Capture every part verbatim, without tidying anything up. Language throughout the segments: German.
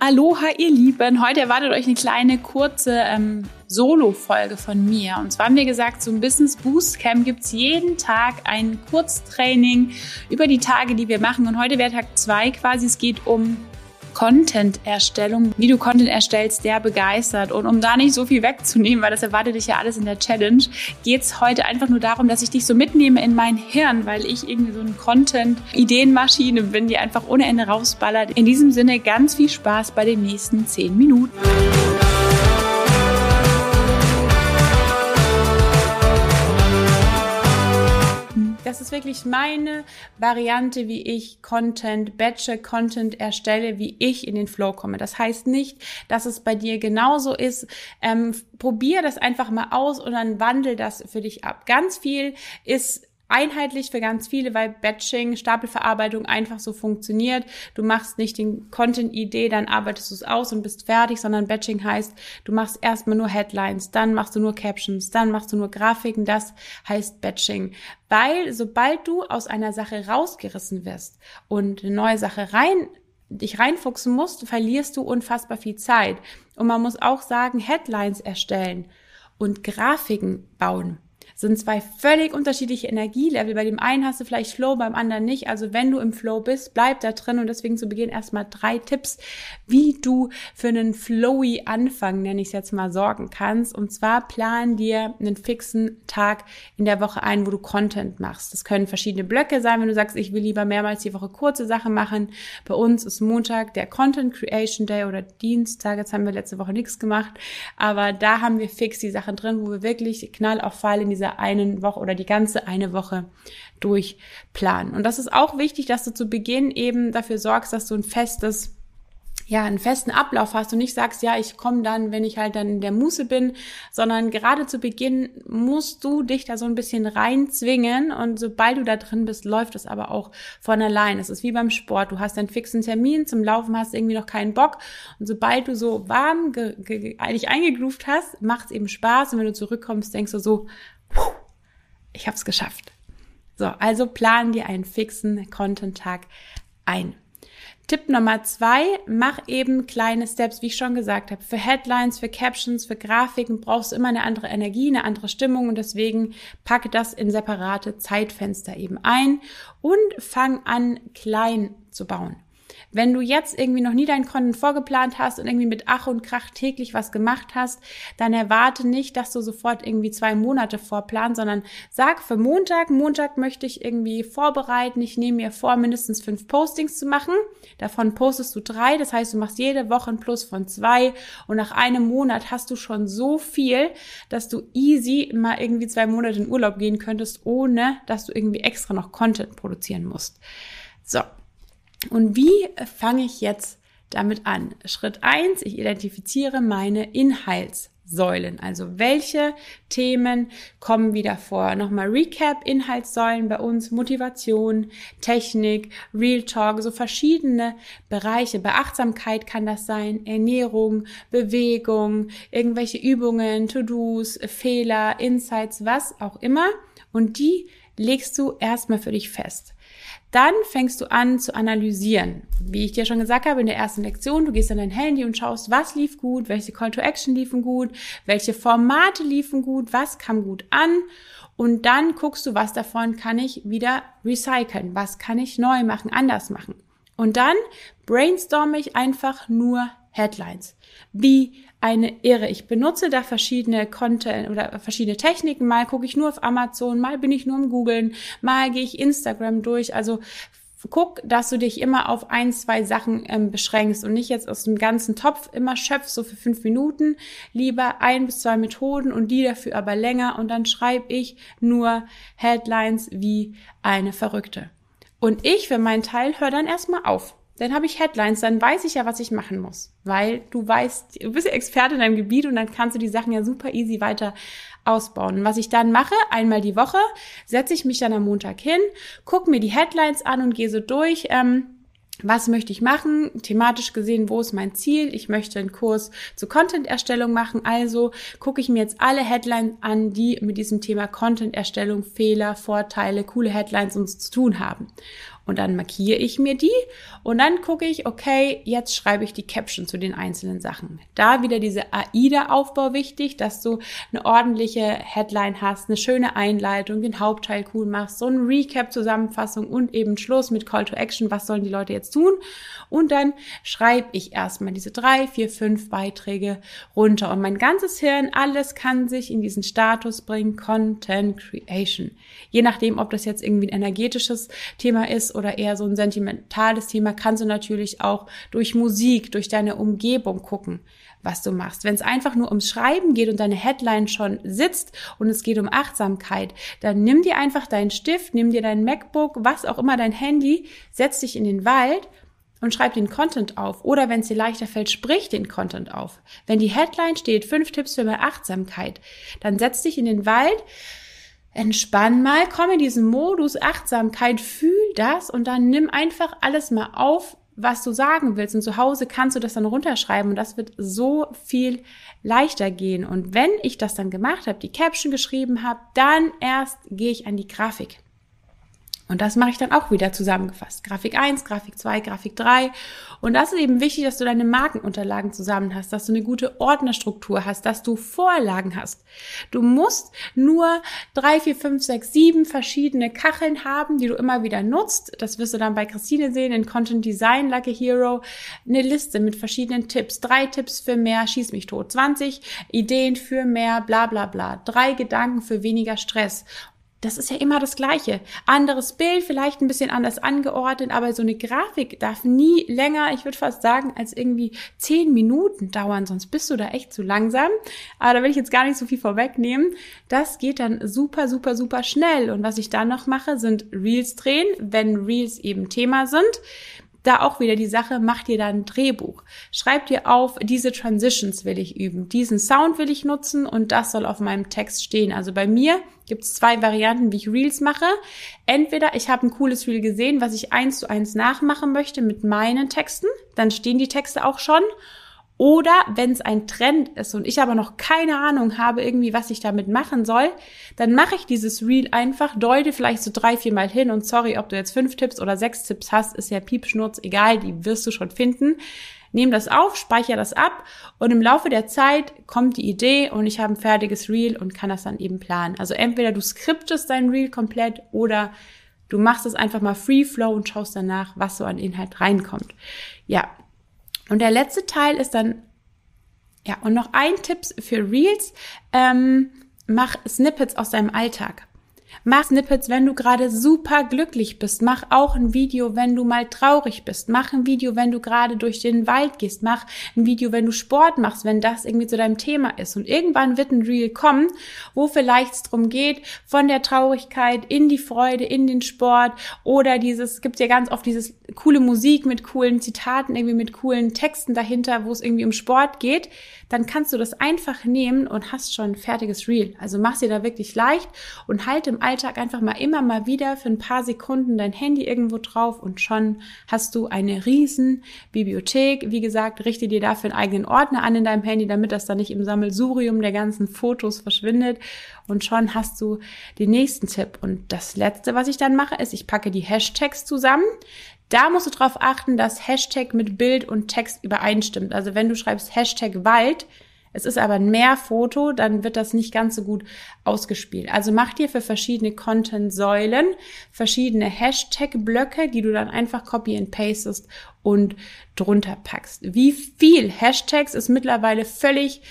Aloha, ihr Lieben. Heute erwartet euch eine kleine, kurze ähm, Solo-Folge von mir. Und zwar haben wir gesagt, zum Business Boostcamp gibt es jeden Tag ein Kurztraining über die Tage, die wir machen. Und heute wäre Tag zwei quasi. Es geht um Content-Erstellung, wie du Content erstellst, der begeistert. Und um da nicht so viel wegzunehmen, weil das erwartet dich ja alles in der Challenge, geht es heute einfach nur darum, dass ich dich so mitnehme in mein Hirn, weil ich irgendwie so eine Content-Ideenmaschine bin, die einfach ohne Ende rausballert. In diesem Sinne ganz viel Spaß bei den nächsten zehn Minuten. Das ist wirklich meine Variante, wie ich Content, Batch-Content erstelle, wie ich in den Flow komme. Das heißt nicht, dass es bei dir genauso ist. Ähm, probier das einfach mal aus und dann wandel das für dich ab. Ganz viel ist einheitlich für ganz viele, weil Batching, Stapelverarbeitung einfach so funktioniert. Du machst nicht den Content-Idee, dann arbeitest du es aus und bist fertig, sondern Batching heißt, du machst erstmal nur Headlines, dann machst du nur Captions, dann machst du nur Grafiken. Das heißt Batching. Weil sobald du aus einer Sache rausgerissen wirst und eine neue Sache rein dich reinfuchsen musst, verlierst du unfassbar viel Zeit. Und man muss auch sagen, Headlines erstellen und Grafiken bauen sind zwei völlig unterschiedliche Energielevel. Bei dem einen hast du vielleicht Flow, beim anderen nicht. Also wenn du im Flow bist, bleib da drin. Und deswegen zu Beginn erstmal drei Tipps, wie du für einen flowy Anfang, nenne ich es jetzt mal, sorgen kannst. Und zwar plan dir einen fixen Tag in der Woche ein, wo du Content machst. Das können verschiedene Blöcke sein, wenn du sagst, ich will lieber mehrmals die Woche kurze Sachen machen. Bei uns ist Montag der Content Creation Day oder Dienstag. Jetzt haben wir letzte Woche nichts gemacht. Aber da haben wir fix die Sachen drin, wo wir wirklich Knall auf Fall in dieser einen Woche oder die ganze eine Woche durchplanen. Und das ist auch wichtig, dass du zu Beginn eben dafür sorgst, dass du ein festes ja, einen festen Ablauf hast und nicht sagst, ja, ich komme dann, wenn ich halt dann in der Muße bin, sondern gerade zu Beginn musst du dich da so ein bisschen reinzwingen und sobald du da drin bist, läuft es aber auch von allein. Es ist wie beim Sport, du hast einen fixen Termin, zum Laufen hast du irgendwie noch keinen Bock und sobald du so warm ge- ge- eigentlich eingegroovt hast, macht es eben Spaß und wenn du zurückkommst, denkst du so, puh, ich hab's geschafft. So, also plan dir einen fixen Content-Tag ein. Tipp Nummer zwei, mach eben kleine Steps, wie ich schon gesagt habe. Für Headlines, für Captions, für Grafiken brauchst du immer eine andere Energie, eine andere Stimmung und deswegen packe das in separate Zeitfenster eben ein und fang an, klein zu bauen. Wenn du jetzt irgendwie noch nie deinen Content vorgeplant hast und irgendwie mit Ach und Krach täglich was gemacht hast, dann erwarte nicht, dass du sofort irgendwie zwei Monate vorplanst, sondern sag für Montag, Montag möchte ich irgendwie vorbereiten. Ich nehme mir vor, mindestens fünf Postings zu machen. Davon postest du drei. Das heißt, du machst jede Woche ein Plus von zwei und nach einem Monat hast du schon so viel, dass du easy mal irgendwie zwei Monate in Urlaub gehen könntest, ohne dass du irgendwie extra noch Content produzieren musst. So. Und wie fange ich jetzt damit an? Schritt eins, ich identifiziere meine Inhaltssäulen. Also welche Themen kommen wieder vor? Nochmal Recap, Inhaltssäulen bei uns, Motivation, Technik, Real Talk, so verschiedene Bereiche. Bei Achtsamkeit kann das sein, Ernährung, Bewegung, irgendwelche Übungen, To-Dos, Fehler, Insights, was auch immer. Und die legst du erstmal für dich fest. Dann fängst du an zu analysieren. Wie ich dir schon gesagt habe in der ersten Lektion, du gehst an dein Handy und schaust, was lief gut, welche Call to Action liefen gut, welche Formate liefen gut, was kam gut an und dann guckst du, was davon kann ich wieder recyceln, was kann ich neu machen, anders machen. Und dann brainstorme ich einfach nur Headlines. Wie eine Irre. Ich benutze da verschiedene Content oder verschiedene Techniken. Mal gucke ich nur auf Amazon, mal bin ich nur im Googlen, mal gehe ich Instagram durch. Also guck, dass du dich immer auf ein, zwei Sachen ähm, beschränkst und nicht jetzt aus dem ganzen Topf immer schöpfst, so für fünf Minuten. Lieber ein bis zwei Methoden und die dafür aber länger. Und dann schreibe ich nur Headlines wie eine Verrückte. Und ich für meinen Teil höre dann erstmal auf. Dann habe ich Headlines, dann weiß ich ja, was ich machen muss, weil du weißt, du bist ja Experte in deinem Gebiet und dann kannst du die Sachen ja super easy weiter ausbauen. Und was ich dann mache, einmal die Woche, setze ich mich dann am Montag hin, gucke mir die Headlines an und gehe so durch, ähm, Was möchte ich machen? Thematisch gesehen, wo ist mein Ziel? Ich möchte einen Kurs zur Content-Erstellung machen. Also gucke ich mir jetzt alle Headlines an, die mit diesem Thema Content-Erstellung, Fehler, Vorteile, coole Headlines uns zu tun haben. Und dann markiere ich mir die und dann gucke ich, okay, jetzt schreibe ich die Caption zu den einzelnen Sachen. Da wieder diese AIDA-Aufbau wichtig, dass du eine ordentliche Headline hast, eine schöne Einleitung, den Hauptteil cool machst, so ein Recap, Zusammenfassung und eben Schluss mit Call to Action, was sollen die Leute jetzt tun? Und dann schreibe ich erstmal diese drei, vier, fünf Beiträge runter und mein ganzes Hirn, alles kann sich in diesen Status bringen, Content Creation. Je nachdem, ob das jetzt irgendwie ein energetisches Thema ist oder eher so ein sentimentales Thema, kannst du natürlich auch durch Musik, durch deine Umgebung gucken, was du machst. Wenn es einfach nur ums Schreiben geht und deine Headline schon sitzt und es geht um Achtsamkeit, dann nimm dir einfach deinen Stift, nimm dir dein MacBook, was auch immer, dein Handy, setz dich in den Wald und schreib den Content auf. Oder wenn es dir leichter fällt, sprich den Content auf. Wenn die Headline steht, fünf Tipps für mehr Achtsamkeit, dann setz dich in den Wald, entspann mal, komm in diesen Modus Achtsamkeit, fühl das und dann nimm einfach alles mal auf, was du sagen willst. Und zu Hause kannst du das dann runterschreiben und das wird so viel leichter gehen. Und wenn ich das dann gemacht habe, die Caption geschrieben habe, dann erst gehe ich an die Grafik. Und das mache ich dann auch wieder zusammengefasst. Grafik eins, Grafik zwei, Grafik drei. Und das ist eben wichtig, dass du deine Markenunterlagen zusammen hast, dass du eine gute Ordnerstruktur hast, dass du Vorlagen hast. Du musst nur drei, vier, fünf, sechs, sieben verschiedene Kacheln haben, die du immer wieder nutzt. Das wirst du dann bei Christine sehen in Content Design Like a Hero. Eine Liste mit verschiedenen Tipps. Drei Tipps für mehr, schieß mich tot. zwanzig Ideen für mehr, bla bla bla. Drei Gedanken für weniger Stress. Das ist ja immer das Gleiche. Anderes Bild, vielleicht ein bisschen anders angeordnet, aber so eine Grafik darf nie länger, ich würde fast sagen, als irgendwie zehn Minuten dauern, sonst bist du da echt zu langsam. Aber da will ich jetzt gar nicht so viel vorwegnehmen. Das geht dann super, super, super schnell. Und was ich dann noch mache, sind Reels drehen, wenn Reels eben Thema sind. Da auch wieder die Sache, mach dir da ein Drehbuch. Schreib dir auf, diese Transitions will ich üben, diesen Sound will ich nutzen und das soll auf meinem Text stehen. Also bei mir gibt es zwei Varianten, wie ich Reels mache. Entweder ich habe ein cooles Reel gesehen, was ich eins zu eins nachmachen möchte mit meinen Texten, dann stehen die Texte auch schon. Oder wenn es ein Trend ist und ich aber noch keine Ahnung habe irgendwie, was ich damit machen soll, dann mache ich dieses Reel einfach, deute vielleicht so drei, vier Mal hin und sorry, ob du jetzt fünf Tipps oder sechs Tipps hast, ist ja Piepschnurz, egal, die wirst du schon finden. Nehm das auf, speichere das ab und im Laufe der Zeit kommt die Idee und ich habe ein fertiges Reel und kann das dann eben planen. Also entweder du skriptest dein Reel komplett oder du machst es einfach mal Free Flow und schaust danach, was so an Inhalt reinkommt. Ja. Und der letzte Teil ist dann, ja, und noch ein Tipp für Reels, ähm, mach Snippets aus deinem Alltag. Mach Snippets, wenn du gerade super glücklich bist. Mach auch ein Video, wenn du mal traurig bist. Mach ein Video, wenn du gerade durch den Wald gehst. Mach ein Video, wenn du Sport machst, wenn das irgendwie zu deinem Thema ist. Und irgendwann wird ein Reel kommen, wo vielleicht es darum geht, von der Traurigkeit in die Freude, in den Sport oder dieses, es gibt ja ganz oft dieses coole Musik mit coolen Zitaten, irgendwie mit coolen Texten dahinter, wo es irgendwie um Sport geht. Dann kannst du das einfach nehmen und hast schon ein fertiges Reel. Also mach's dir da wirklich leicht und halt im Alltag einfach mal immer mal wieder für ein paar Sekunden dein Handy irgendwo drauf und schon hast du eine riesen Bibliothek. Wie gesagt, richte dir dafür einen eigenen Ordner an in deinem Handy, damit das dann nicht im Sammelsurium der ganzen Fotos verschwindet und schon hast du den nächsten Tipp. Und das Letzte, was ich dann mache, ist, ich packe die Hashtags zusammen. Da musst du darauf achten, dass Hashtag mit Bild und Text übereinstimmt. Also wenn du schreibst Hashtag Wald, es ist aber ein Mehrfoto, dann wird das nicht ganz so gut ausgespielt. Also mach dir für verschiedene Content-Säulen verschiedene Hashtag-Blöcke, die du dann einfach copy and pastest und drunter packst. Wie viel Hashtags ist mittlerweile völlig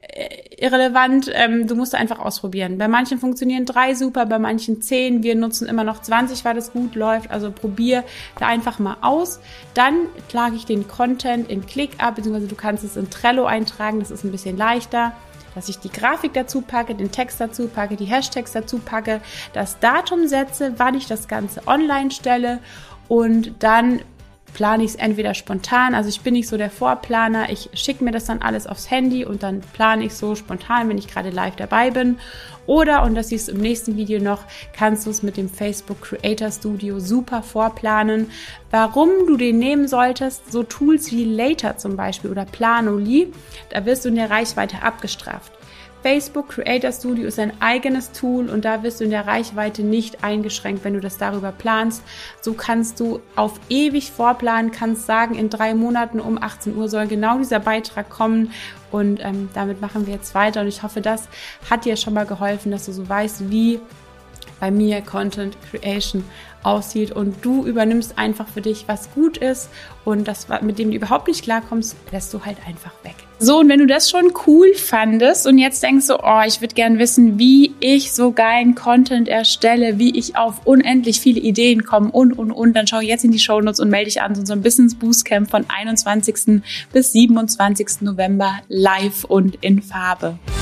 irrelevant, ähm, du musst einfach ausprobieren. Bei manchen funktionieren drei super, bei manchen zehn. Wir nutzen immer noch zwanzig, weil das gut läuft. Also probier da einfach mal aus. Dann trage ich den Content in ClickUp, beziehungsweise du kannst es in Trello eintragen. Das ist ein bisschen leichter. Dass ich die Grafik dazu packe, den Text dazu packe, die Hashtags dazu packe, das Datum setze, wann ich das Ganze online stelle und dann plane ich es entweder spontan, also ich bin nicht so der Vorplaner, ich schicke mir das dann alles aufs Handy und dann plane ich so spontan, wenn ich gerade live dabei bin. Oder, und das siehst du im nächsten Video noch, kannst du es mit dem Facebook Creator Studio super vorplanen. Warum du den nehmen solltest, so Tools wie Later zum Beispiel oder Planoly, da wirst du in der Reichweite abgestraft. Facebook Creator Studio ist ein eigenes Tool und da wirst du in der Reichweite nicht eingeschränkt, wenn du das darüber planst. So kannst du auf ewig vorplanen, kannst sagen, in drei Monaten um achtzehn Uhr soll genau dieser Beitrag kommen und ähm, damit machen wir jetzt weiter und ich hoffe, das hat dir schon mal geholfen, dass du so weißt, wie bei mir Content Creation aussieht und du übernimmst einfach für dich, was gut ist und das, mit dem du überhaupt nicht klarkommst, lässt du halt einfach weg. So, und wenn du das schon cool fandest und jetzt denkst du, oh, ich würde gern wissen, wie ich so geilen Content erstelle, wie ich auf unendlich viele Ideen komme und, und, und, dann schau jetzt in die Shownotes und melde dich an zu unserem Business Bootcamp von einundzwanzigsten bis siebenundzwanzigsten November live und in Farbe.